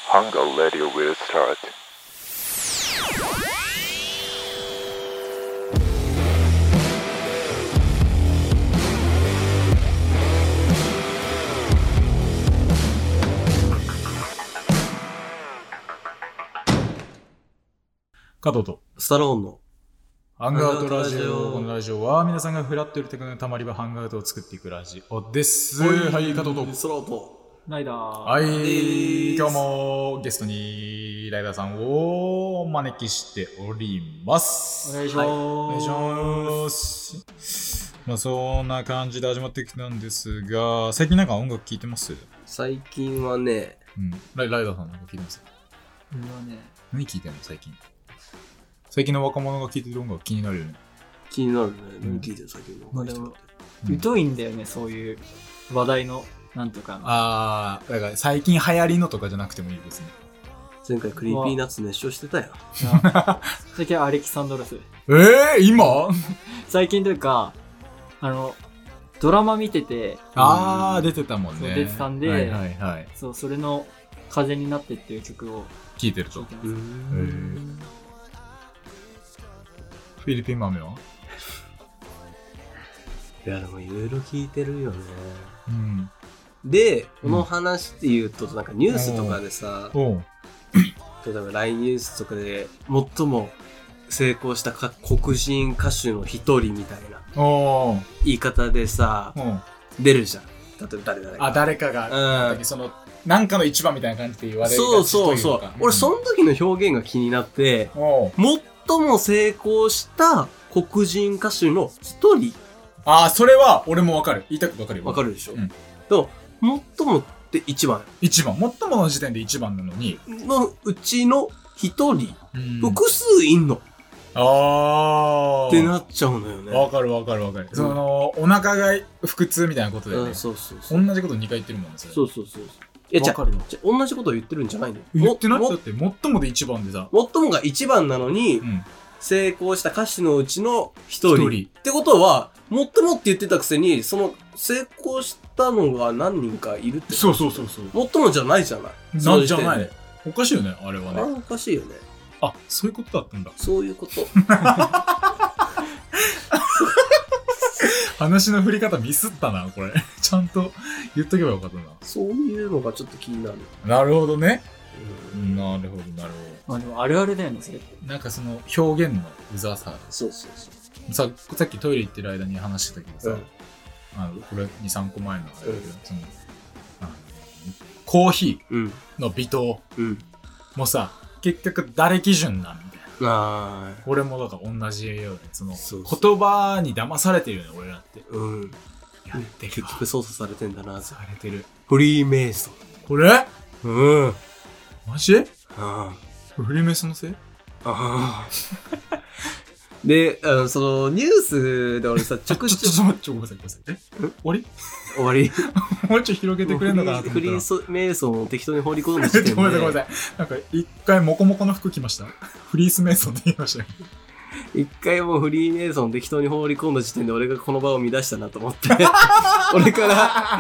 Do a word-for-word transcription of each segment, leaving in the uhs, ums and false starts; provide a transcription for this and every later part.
Hunger Radio will start. 加藤とスタローンのハンガーアウトラジオ。このラジオは皆さんがフラッといるテクノのたまり場ハンガーアウトを作っていくラジオです。はい、加藤とスタローとライダー。 はい、今日もゲストにライダーさんをお招きしております。 お願いします。 お願いします。まあそんな感じで始まってきたんですが、最近なんか音楽聴いてます？ 最近はね、 うん、ライ、ライダーさんなんか聴いてます？ 俺はね、 何聴いてんの最近？最近の若者が聴いてる音楽気になるよね。 気になるね。何聴いてる最近の音楽。 まあでも、疎いんだよね、そういう話題のなんとかの。 あー、だから最近流行りのとかじゃなくてもいいですね。 前回クリーピーナッツ熱唱してたよ。 最近はアレキサンドロス。 えー、今最近というか、あの、ドラマ見てて、 あー、出てたもんね。 出てたんで、 はいはいはい。 そう、それの風になってっていう曲を聴いてると。 聴いてます。 へー。フィリピン豆は？ いやでもいろいろ聞いてるよね。 うん。 で、この話っていうと、なんかニュースとかでさ、 おう例えば ライン ニュースとかで最も成功したか黒人歌手の一人みたいなおう言い方でさ、 おう出るじゃん。例えば誰々が。 あ、誰かが、 うん、 その、なんかの一番みたいな感じで言われる。 そうそうそう。俺、その時の表現が気になって、 おう最も成功した黒人歌手の一人。 ああ、それは俺もわかる。言いたくわかるよ。 わかるでしょ、 うん、 と、最もって一番。 一番。最もの時点で一番なのに。 のうちの一人、 うん、 複数いんの。 ああ。 ってなっちゃうのよね。 わかるわかるわかる。うん、その、お腹が腹痛みたいなことだよね。 うん、そうそうそう。 同じことにかい言ってるもんね。 そうそうそう。いや、じゃあ、同じことを言ってるんじゃないのよ。 言ってないだって、最もで一番でさ。 最もが一番なのに、うん、成功した歌手のうちの一人。一人。ってことは、最もって言ってたくせに、その、成功したのが何人かいるって。 そうそうそうそう。 最もじゃないじゃない。 なんじゃない。おかしいよね、あれはね。 あれおかしいよね。 あ、そういうことだったんだ。 そういうこと。 話の振り方ミスったな、これ。ちゃんと言っとけばよかったな。 そういうのがちょっと気になる。 なるほどね。うん、なるほど、なるほど。 まあでもあるあるだよね、それ。 なんかその表現のうざさ。 そうそうそう。 さ、さっきトイレ行ってる間に話してたけどさ、 うん、 あのこれに、さんこまえのあれだけど、うん、そのあのコーヒーの微糖もさ、結局誰基準なんみたいな。 あ俺もだから同じように、そのそうそう言葉に騙されてるよね、俺らって。 うん。 やってる。 結局操作されてんだな。 されてる。 フリーメイソン。 これ？ うん。 マジ？ああ。 フリーメイソンのせい？ ああ。で、あの、その、ニュースで俺さ、ちょくちょく。 ちょっと待って、ちょ、ごめんなさい、ごめんなさい。え？終わり？ 終わり？ もうちょい広げてくれんのかなと思ったら。 フリーメイソンを適当に放り込んでしてんで。 ごめんなさい、ごめんなさい。なんか、一回モコモコの服着ました。フリースメイソンって言いましたよ。 一回もうフリーメイソン適当に放り込んだ時点で俺がこの場を乱したなと思って。俺から、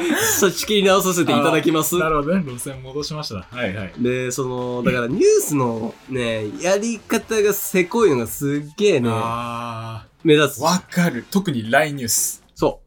仕切り直させていただきます。 なるほどね。路線戻しました。はいはい。 で、その、だからニュースのね、やり方がせこいのがすっげえね、 あ目立つ。 わかる。特に ライン ニュース。 そう。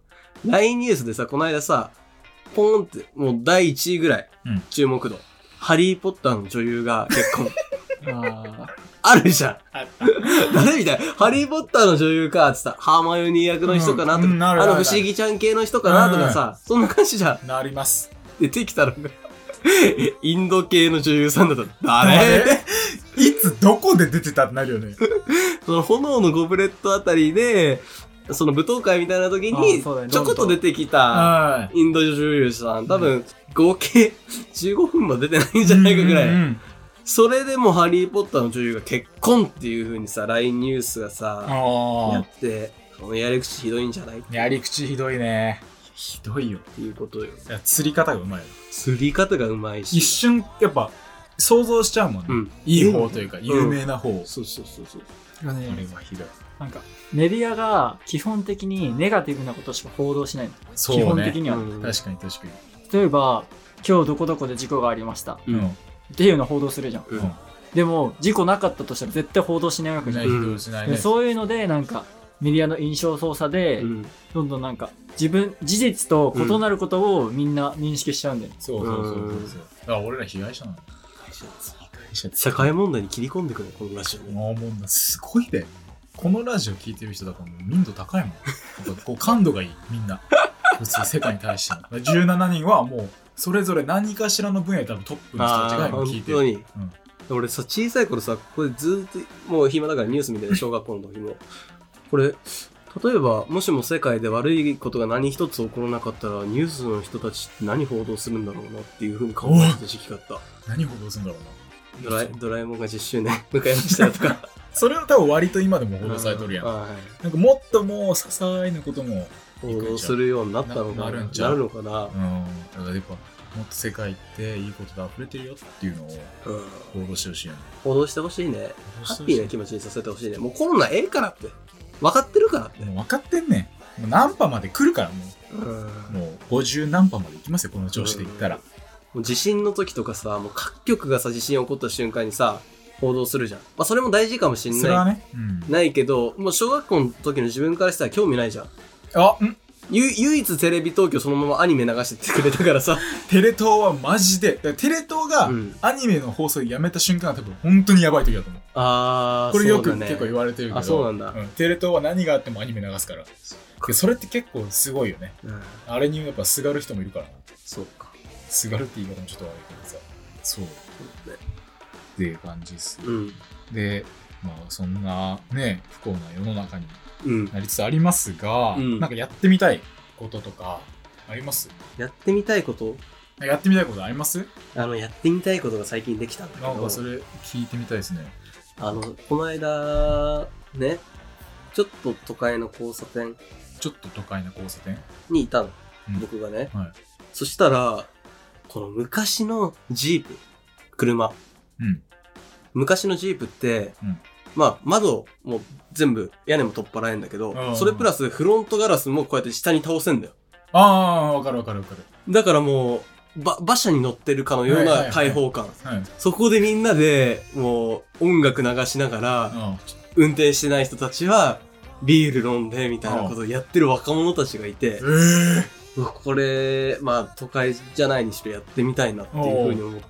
ライン ニュースでさ、この間さ、ポンって、もうだいいちいぐらい、うん、注目度。ハリーポッターの女優が結婚。ああるじゃん。誰みたいな。ハリーポッターの女優か、つったら、ハーマイオニー役の人かなとか、うんうん、あの不思議ちゃん系の人かなとかさ、そんな感じじゃん。 なります。 出てきたのが、インド系の女優さんだったら、誰いつどこで出てたってなるよね。 その炎のゴブレットあたりで、その舞踏会みたいな時に、ちょこっと出てきたインド女優さん、多分合計じゅうごふんも出てないんじゃないかぐらい。うんうんうん、それでもハリーポッターの女優が結婚っていう風にさ、ライン ニュースがさ、やって、そのやり口ひどいんじゃない？ やり口ひどいね。ひどいよ。 っていうことよ。 いや、釣り方がうまいよ。 釣り方がうまいし。 一瞬、やっぱ、想像しちゃうもんね。うん、いい方というか、有名な方。 うん、そうそうそうそう。 あれはひどい。 なんか、メディアが基本的にネガティブなことしか報道しないの。 そうね。 基本的には、 うん。確かに確かに。 例えば、今日どこどこで事故がありました。うん、 っていうのを報道するじゃん、 うん、 でも事故なかったとしたら絶対報道しないわけじゃん、 うん、でそういうのでなんかメディアの印象操作で、うん、どんどんなんか自分事実と異なることをみんな認識しちゃうんだよ、 うん、そうそうそうそう、うん、だから俺ら被害者なの。 社会問題に切り込んでくるこのラジオね。 もうもうすごいで、このラジオ聞いてる人だからもう民度高いもん。なんかこう感度がいいみんな。普通世界に対してのじゅうななにんはもうそれぞれ何かしらの分野で多分トップの人たちが今聞いてる。本当に、 うん、俺さ小さい頃さこれずっともう暇だからニュース見てる小学校の時もこれ例えばもしも世界で悪いことが何一つ起こらなかったらニュースの人たちって何報道するんだろうなっていうふうに考えてた時期があった。 何報道するんだろうな。 ドラえ、ドラえもんがじゅっしゅうねん迎えましたとかそれは多分割と今でも報道されとるやん、はい、なんかもっともう些細なことも報道するようになったのか な, な, るんちゃうなるのかな、うん、だからやっぱもっと世界っていいことで溢れてるよっていうのを報道してほしいよね、 うん、報道してほしいね。ハッピーな気持ちにさせてほしいね。もうコロナええからって分かってるからって。 もう分かってんねん。もう何波まで来るからもう、うん、もうごじゅう何波まで行きますよこの調子でいったら、うん、 もう地震の時とかさもう各局がさ地震起こった瞬間にさ報道するじゃん。まあそれも大事かもしんない。それはね、うん、ないけどもう小学校の時の自分からしたら興味ないじゃん。 あんゆ唯一テレビ東京そのままアニメ流しててくれたからさテレ東はマジでテレ東がアニメの放送やめた瞬間は多分本当にやばい時だと思う。あーこれよく、ね、結構言われてるけど。 あそうなんだ、 うん、テレ東は何があってもアニメ流すからでそれって結構すごいよね、うん、あれにやっぱすがる人もいるからな。 そうかすがるって言い方もちょっと悪いけどさそうそうねっていう感じです、うん、でまあそんなね不幸な世の中になりつつありますが、うん、なんかやってみたいこととかあります？ やってみたいことやってみたいことあります？ あのやってみたいことが最近できたんだけどなんかそれ聞いてみたいですね。 あのこの間ねちょっと都会の交差点ちょっと都会の交差点にいたの、うん、僕がね、はい、そしたらこの昔のジープ車、うん、昔のジープって、うん、まあ窓も全部屋根も取っ払えんだけどそれプラスフロントガラスもこうやって下に倒せんだよ。 ああわかるわかるわかる。 だからもうば馬車に乗ってるかのような開放感、はいはいはい、そこでみんなでもう音楽流しながら運転してない人たちはビール飲んでみたいなことをやってる若者たちがいて、えー、これまあ都会じゃないにしろやってみたいなっていうふうに思った。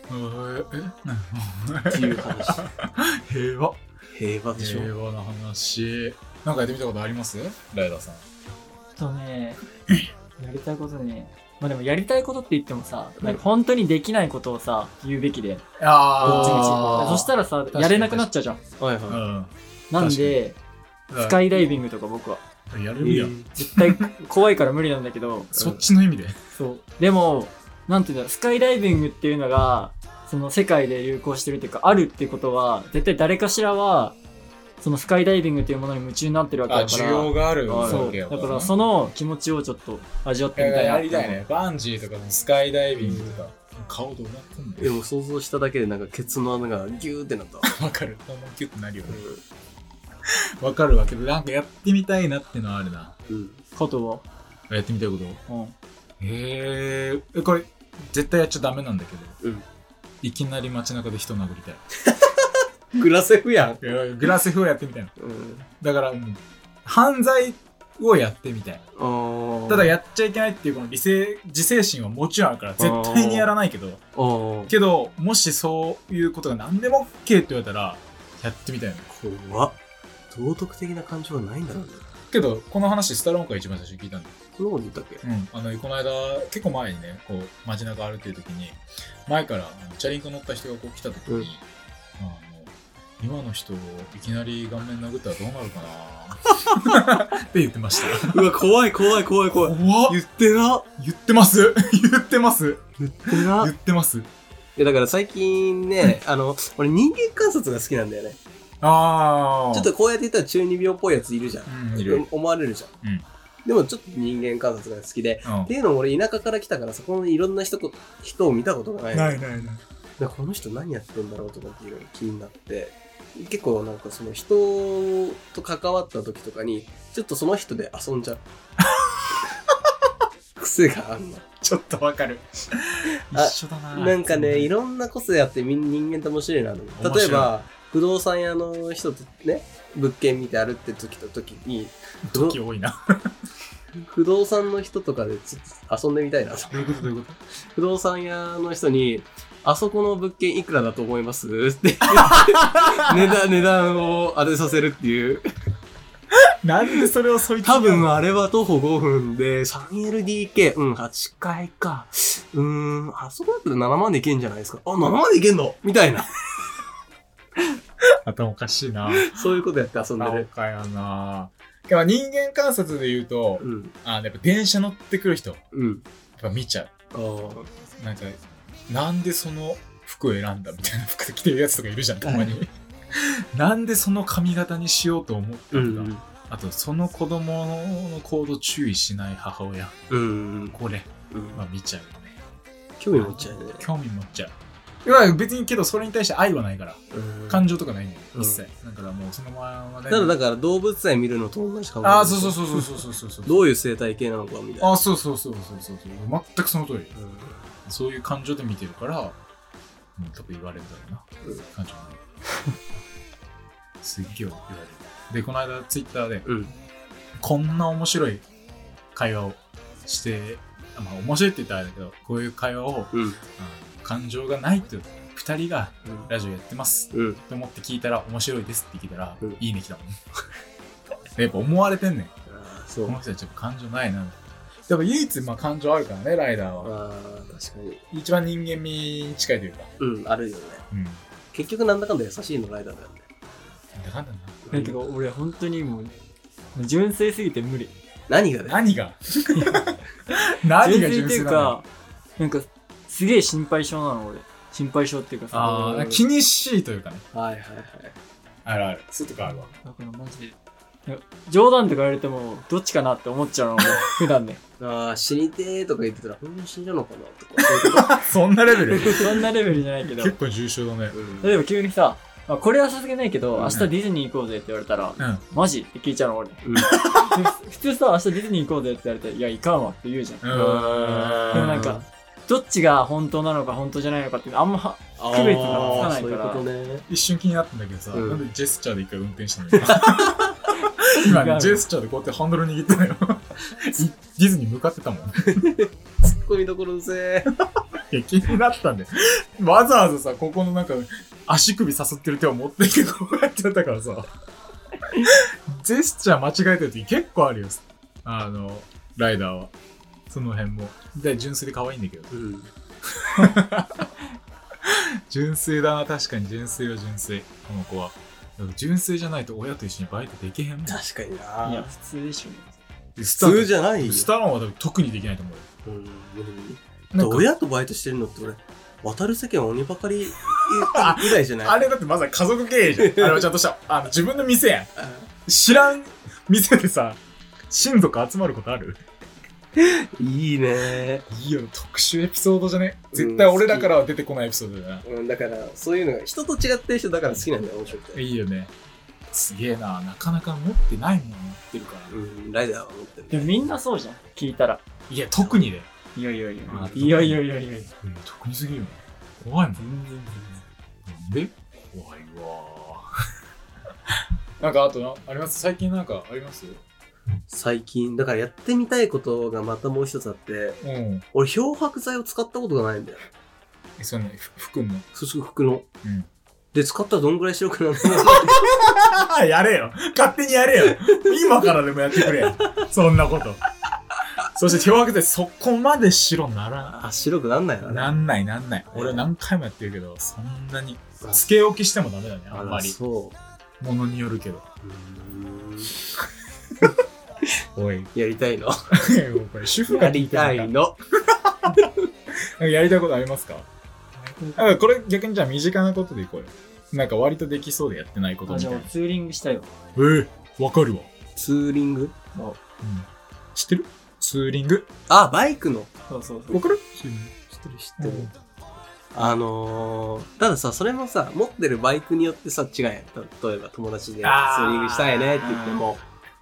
えっていう話。 平和平和でしょ。 平和な話。なんかやってみたことあります？ライダーさん。 とねやりたいことね。まあでもやりたいことって言ってもさ、なんか本当にできないことをさ言うべきで、あどっちみち。そしたらさやれなくなっちゃうじゃん。はいはい。うん、なんでスカイダイビングとか僕はやるやん、えー、 絶対怖いから無理なんだけど。 そっちの意味で。 そう。でもなんていうんだろう、スカイダイビングっていうのがその世界で流行してるっていうかあるっていうことは絶対誰かしらはそのスカイダイビングっていうものに夢中になってるわけだから。 あ、需要があるわけやから。だからその気持ちをちょっと味わってみたいな。 やりたいね。バンジーとかスカイダイビングとか、うん、顔どうなってんの？ でも想像しただけでなんかケツの穴がギューってなった。 わかる。ギュッてなるよね。わかるわけど、なんかやってみたいなってのはあるな。 うん。ことは？ やってみたいこと？うん。へえ、これ絶対やっちゃダメなんだけど。うん。いきなり街中で人殴りたい。 グラセフやん。 いやグラセフをやってみたいな、うん、だから、うん、犯罪をやってみたい。ただやっちゃいけないっていうこの理性自制心はもちろんあるから絶対にやらないけどけどもしそういうことが何でも OK って言われたらやってみたいな。 怖っ。道徳的な感情はないんだろうね。 けどこの話スタローンから一番最初に聞いたんだよ。 そのこと言ったっけ？ うん。あのこの間結構前にねこう街中歩いてる時に前からチャリンコ乗った人がこう来た時に、うん、今の人いきなり顔面殴ったらどうなるかなって言ってました。 うわ怖い怖い怖い怖い。怖っ。言ってな。 言ってます言ってます言ってな。 言ってます。いやだから最近ねあの俺人間観察が好きなんだよね。 ああ。 ちょっとこうやって言ったら中二病っぽいやついるじゃん。うん、いる。思われるじゃん。うん。でもちょっと人間観察が好きで、うん、っていうのも俺田舎から来たからそこのいろんな人と人を見たことがない。 ないないない。 でこの人何やってんだろうとかっていうのが気になって。結構なんかその人と関わった時とかにちょっとその人で遊んじゃう癖があんの。 ちょっとわかる一緒だな。 なんかね、いろんな個性あって人間って面白いなと思う。例えば、不動産屋の人とね、物件見て歩って時と時に、 時多いな。 不動産の人とかでちょっと遊んでみたいな。 どういうことどういうこと不動産屋の人に、あそこの物件いくらだと思いますって値段、値段を当てさせるっていう。 なんでそれをそいつ多分あれは徒歩ごふんで スリーエルディーケー、うん、はちかいか。うーん、あそこだったらななまんでいけんじゃないですか。あ、ななまんでいけんのみたいな。 頭おかしいな。 そういうことやって遊んでる。 頭おかやな。人間観察で言うと、うん、あやっぱ電車乗ってくる人、うん、やっぱ見ちゃう。なんか、なんでその服を選んだみたいな服着てるやつとかいるじゃん、たまに。なんでその髪型にしようと思ったのか。うんうん、あと、その子供の行動注意しない母親。うんうん、これ、うん、まあ見ちゃうよね。 興味持っちゃうね。 興味持っちゃう。いや別にけどそれに対して愛はないから、感情とかないんだよ、一切。だからもうそのままね。 だから動物園見るのと同じ感覚。ああ、そうそうそうそうそうそうそう。 どういう生態系なのかみたいな。 ああ、そうそうそうそうそう。全くその通り。そういう感情で見てるから、多分言われるだろうな。感情ない。すっげえ言われる。で、この間ツイッターで、こんな面白い会話をして、まあ面白いって言ったらあれだけど、こういう会話を、感情がないとふたりがラジオやってます、うん、と思って聞いたら面白いですって聞いたら、うん、いいね来たもん。やっぱ思われてんねん。あそうこの人たちは感情ないな。でも唯一まあ感情あるからね、ライダーは。あ確かに。一番人間味に近いというか。 うん、あるよね。うん、結局なんだかんだ優しいのライダーだよね。 なんだかんだな。なんてか俺本当にもう純粋すぎて無理。 何がね何が何が純粋っていうか、 なんかすげえ心配性なの俺。心配性っていうかさ。 ああ、気にしいというかね。 はいはいはい。 あるある。そういうとこあるわ。 だからマジで。冗談とか言われても、どっちかなって思っちゃうのも普段ね。 ああ、死にてーとか言ってたら、ほんと死んじゃうのかなとか。そういうことそんなレベルそんなレベルじゃないけど。 結構重症だね。 うん、例えば急にさ、まあ、これはさすがないけど、うん、明日ディズニー行こうぜって言われたら、うん、マジって聞いちゃうの俺。うん、普通さ、明日ディズニー行こうぜって言われたら、いや、行かんわって言うじゃん。うん。でもなんか、どっちが本当なのか本当じゃないのかってあんま区別がつかないから。 そういうことね。 一瞬気になったんだけどさ、うん、なんでジェスチャーで一回運転したのよ。今ね、ジェスチャーでこうやってハンドル握ってたよ。ディズニー向かってたもん。 ツッコミどころうぜー。いや、気になったんで。わざわざさ、ここのなんか、足首さすってる手を持ってきてこうやってやったからさ。ジェスチャー間違えてる時結構あるよ。あの、ライダーは。その辺も。で、純粋で可愛いんだけど。うん、純粋だな、確かに純粋は純粋。この子は。純粋じゃないと親と一緒にバイトできへんもん。 確かにな。 いや、普通でしょ。 普通じゃないよ。 スタロンは特にできないと思うよ。 うん。親とバイトしてるのって俺、渡る世間は鬼ばかり以来じゃないあれだってまずは家族経営じゃん。あれはちゃんとした、あの、自分の店やん。知らん店でさ、親族集まることあるいいねいいよ、特殊エピソードじゃね。絶対俺らからは出てこないエピソードだな。 うん、だから、そういうのが、人と違ってる人だから好きなんだよ、面白くて。 いいよね。すげえな、なかなか持ってないもん持ってるから。 うん、ライダーは持ってる、ね。 でもみんなそうじゃん、聞いたら。 いや、特にね。 いやいやいや。いやいやいやいや。 うん、特にすぎるよ。怖いもん。全然全然。なんで怖いわなんかあとな、あります最近なんかあります最近、だからやってみたいことがまたもう一つあって、うん、俺漂白剤を使ったことがないんだよ。 え、そんな、服のそうそう、服の。うん。で、使ったらどんぐらい白くなるのやれよ。勝手にやれよ。今からでもやってくれよ。そんなこと。そして漂白剤そこまで白ならん。 あ、白くなんないな。 なんないなんない。俺何回もやってるけど、そんなに。つけ置きしてもダメだね、あんまり。 そう。 ものによるけど。おい。 やりたいの。 これ主婦がやりたいの。 やりたいことありますか？あ、これ逆にじゃあ身近なことでいこうよ。なんか割とできそうでやってないことみたいな。 あ、じゃあツーリングしたよ。 えー、わかるわ。 ツーリング？ あ、うん。知ってる？ツーリング。 あ、バイクの。 そうそうそう。 わかる？ 知ってる知ってる。うん、あのー、たださ、それもさ、持ってるバイクによってさ、違うやん。例えば友達でツーリングしたいねって言っても。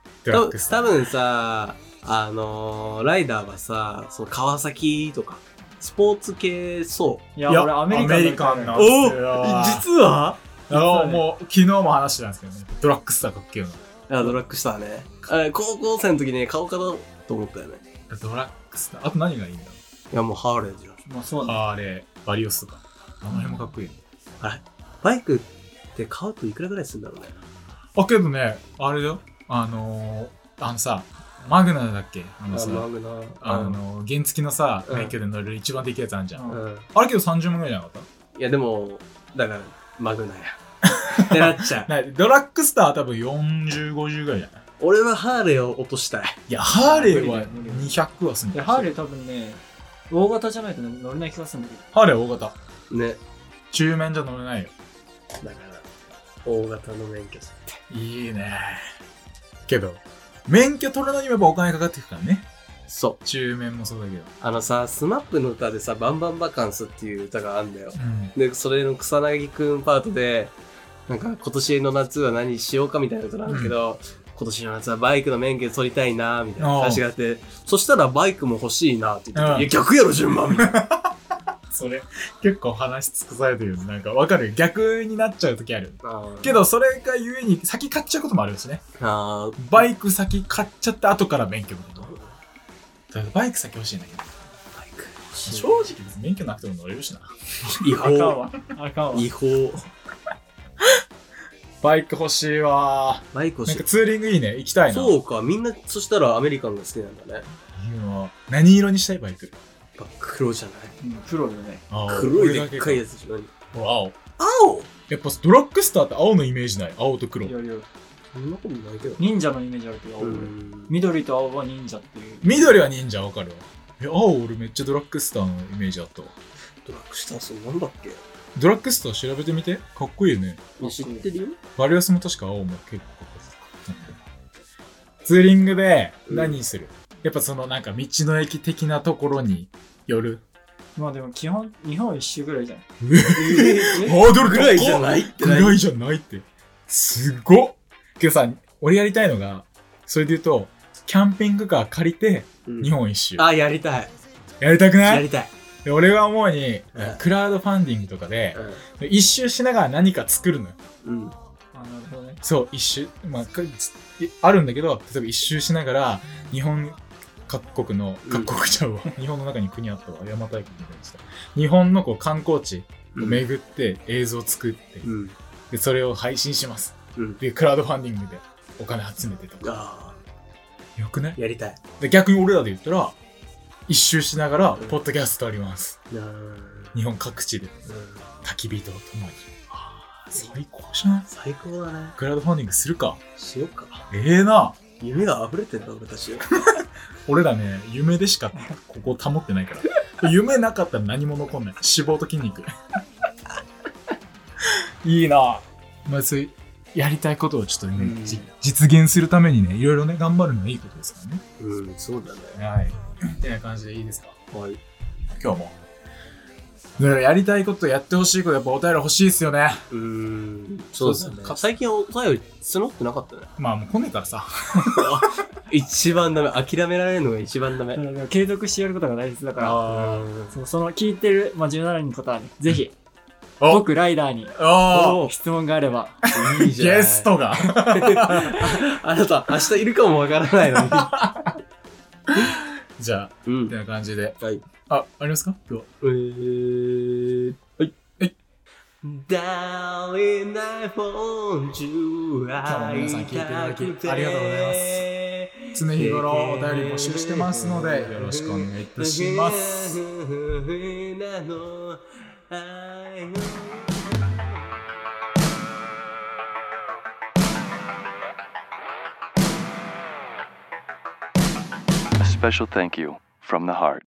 多分さ、あのー、ライダーはさ、その川崎とか、 スポーツ系そう。いや、俺アメリカンアメリカンなんですよ。 お実はあの、もう、昨日も話してたんですけどね。ドラッグスターかっけえの。 あ、ドラッグスターね。あれ、高校生の時ね、買おうかなと思ったよね。 ドラッグスター。あと何がいいんだろう。いや、もうハーレーじゃん。 まあそうだ。ハーレー、バリオスとか。あの辺もかっこいい。 あれバイクって買うといくらぐらいするんだろうね。 あ、けどね、あれだよ。あのー、あのさ、マグナだっけあのさ、 マグナ。 あのー、原付のさ、免許で乗れる一番できるやつあるじゃん。 うん。 あれけどさんじゅうまんぐらいじゃなかったいや、でも、だから、マグナや。ってなっちゃう。 ドラッグスターは多分よんじゅう、ごじゅうぐらいじゃない？ 俺はハーレーを落としたい。 いや、ハーレーはにひゃくはすんだよ。 ハーレー多分ね、大型じゃないと乗れない気がするんだけど。 ハーレー大型。 ね。 中面じゃ乗れないよ。 だから、大型の免許さって。 いいね。けど、免許取るのにもやっぱお金かかってくからね。 そう。 中面もそうだけど。 あのさ、スマップの歌でさ、バンバンバカンスっていう歌があるんだよ。 うん、 で、それの草薙くんパートで、なんか今年の夏は何しようかみたいなことなんだけど、うん、今年の夏はバイクの免許取りたいなみたいな話があって、そしたらバイクも欲しいなって言ってて、いや逆やろ順番みたいな。 それ、結構話尽くされてるよね。なんかわかるよ。逆になっちゃう時ある。けど、それがゆえに先買っちゃうこともあるしね。あバイク先買っちゃって後から免許みたいな。バイク先欲しいんだけど。バイク。正直別に免許なくても乗れるしな。 違法。 あかんわ。あかんわ。 違法。 バイク欲しいわ。 バイク欲しい。 なんかツーリングいいね。行きたいな。 そうか。みんな、そしたらアメリカンが好きなんだね。 いいわ。何色にしたいバイク？ 黒じゃない、 うん、黒だね。 黒いでっかいやつじゃない。 青。 青やっぱドラッグスターって青のイメージない？青と黒。 いやいや。 そんなことないけど。 忍者のイメージあるけど、緑と青は忍者っていう。 緑は忍者わかるわ。え、青俺めっちゃドラッグスターのイメージあったわ。 ドラッグスターそうなんだっけ？ ドラッグスター調べてみて。かっこいいよね。 知ってるよ。 バリオスも確か青も結構かっこいい。ツーリングで何する、うん、やっぱそのなんか道の駅的なところに寄る。 まあでも基本日本一周ぐらいじゃん。 えハードルぐらいじゃないってぐらいじゃないって。すごっ。けどさ、俺やりたいのが、それで言うと、キャンピングカー借りて、日本一周、うん。 あ、やりたい。 やりたくない？ やりたい。 で俺が思うに、うん、クラウドファンディングとかで、うん、一周しながら何か作るのよ。 うん。 あ、なるほどね。 そう、一周。まあ、あるんだけど、例えば一周しながら、日本、各国の、各国ちゃうわ。うん、日本の中に国あったわ。邪馬台国みたいなした。日本のこう観光地を巡って映像を作って、うん、で、それを配信します、うん。で、クラウドファンディングでお金集めてとか。よくない？ やりたい。 で、逆に俺らで言ったら、一周しながら、ポッドキャストあります。うん、日本各地で、うん、焚き火とともに。最高じゃん。 最高だね。 クラウドファンディングするか。 しようか。 ええー、な。 夢が溢れてんだ、俺たち。 俺らね、夢でしかここ保ってないから。夢なかったら何も残んない。脂肪と筋肉。いいな。まあ、そういうやりたいことをちょっとね、うん、実現するためにね、いろいろね、頑張るのはいいことですからね。 うん、そうだね。 はい。ってな感じでいいですか？ はい。 今日も。だからやりたいことやってほしいことやっぱお便り欲しいですよね。 うーん。そうですね。最近お便り募ってなかったね。 まあもう来ねえからさ。 一番ダメ。諦められるのが一番ダメ。 継続してやることが大切だから。そう、その聞いてる、まあ、じゅうななにんの方はね、ぜひ、僕ライダーに質問があれば。 いいじゃん。ゲストが。 あなた、明日いるかもわからないのに。 じゃあ、うん、ってな感じで。 はい。 あ、ありますか？今日。 えー、はい。はい。Darling, I want you. 今日も皆さん聞いていただきありがとうございます。常日頃お便り募集してますので、よろしくお願いいたします。 A special thank you from the heart.